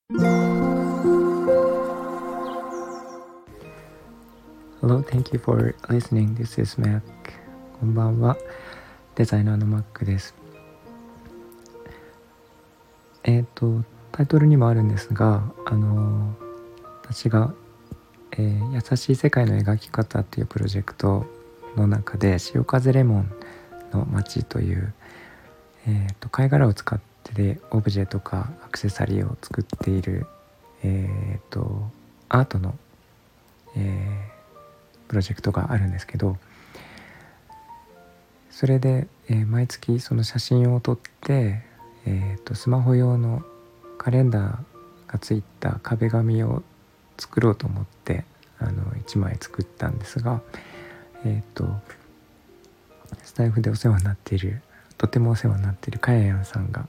Hello, thank you for listening. This is Mac. こんばんは。デザイナーの Mac です。タイトルにもあるんですが、私が、優しい世界の描き方というプロジェクトの中で潮風レモンの街という、貝殻を使ってオブジェとかアクセサリーを作っている、アートの、プロジェクトがあるんですけど、それで、毎月その写真を撮って、スマホ用のカレンダーがついた壁紙を作ろうと思って1枚作ったんですが、スタイフでお世話になっているとてもお世話になっているかややんさんが、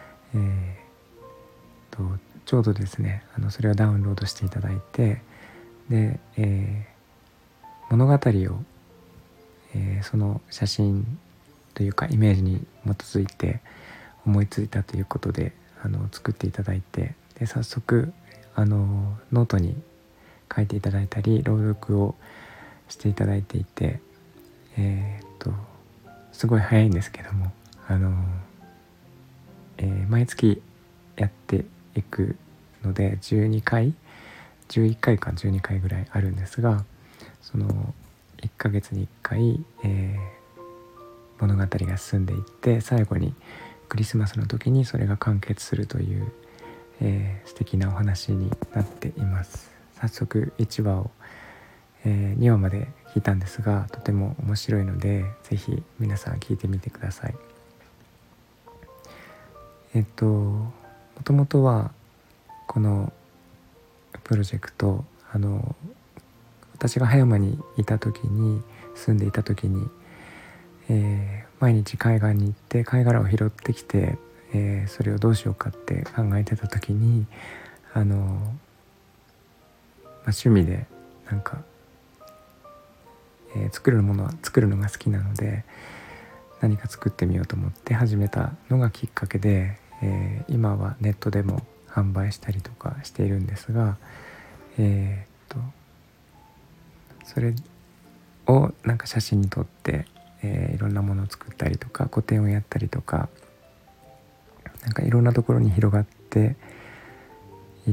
ちょうどですねそれをダウンロードしていただいて、で、物語を、その写真というかイメージに基づいて思いついたということで作っていただいて、で早速ノートに書いていただいたり朗読をしていただいていて、すごい早いんですけども毎月やっていくので11回か12回ぐらいあるんですが、その1ヶ月に1回、物語が進んでいって、最後にクリスマスの時にそれが完結するという、素敵なお話になっています。早速1話を、2話まで聞いたんですが、とても面白いのでぜひ皆さん聞いてみてください。もともとはこのプロジェクト私が葉山に住んでいた時に、毎日海岸に行って貝殻を拾ってきて、それをどうしようかって考えてた時に趣味でなんか、作るのが好きなので何か作ってみようと思って始めたのがきっかけで、今はネットでも販売したりとかしているんですが、それをなんか写真に撮って、いろんなものを作ったりとか個展をやったりとか、なんかいろんなところに広がっていって、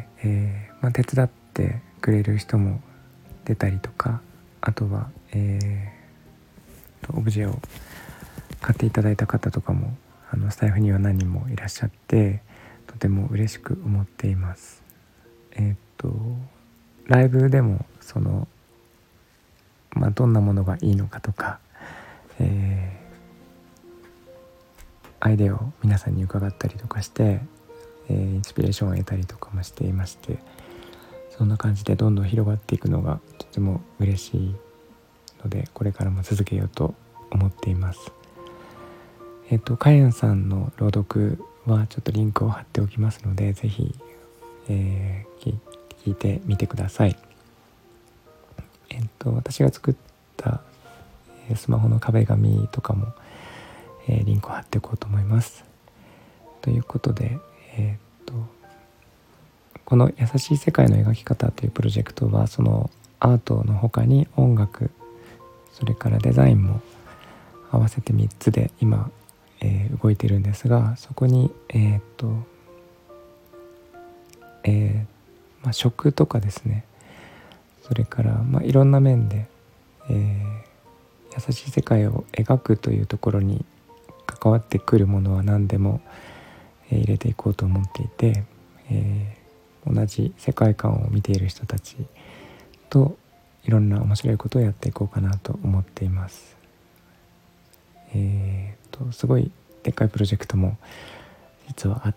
手伝ってくれる人も出たりとか、あとは、オブジェを買っていただいた方とかもスタイフには何人もいらっしゃって、とても嬉しく思っています。ライブでもどんなものがいいのかとか、アイデアを皆さんに伺ったりとかして、インスピレーションを得たりとかもしていまして、そんな感じでどんどん広がっていくのがとても嬉しいので、これからも続けようと思っています。カイアンさんの朗読はちょっとリンクを貼っておきますので、ぜひ、聞いてみてください。私が作ったスマホの壁紙とかも、リンクを貼っておこうと思います。ということで、この優しい世界の描き方というプロジェクトは、そのアートの他に音楽、それからデザインも合わせて3つで今、動いているんですが、そこに食とかですね、それからいろんな面で、優しい世界を描くというところに関わってくるものは何でも、入れていこうと思っていて、同じ世界観を見ている人たちといろんな面白いことをやっていこうかなと思っています。すごいでっかいプロジェクトも実はあって、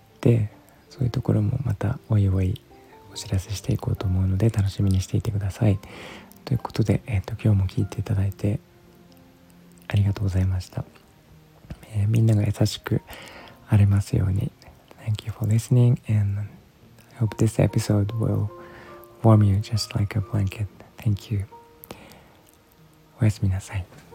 そういうところもまたおいおいお知らせしていこうと思うので楽しみにしていてください。ということで、今日も聞いていただいてありがとうございました。みんなが優しくありますように。Thank you for listening, and I hope this episode will warm you just like a blanket. Thank you. おやすみなさい。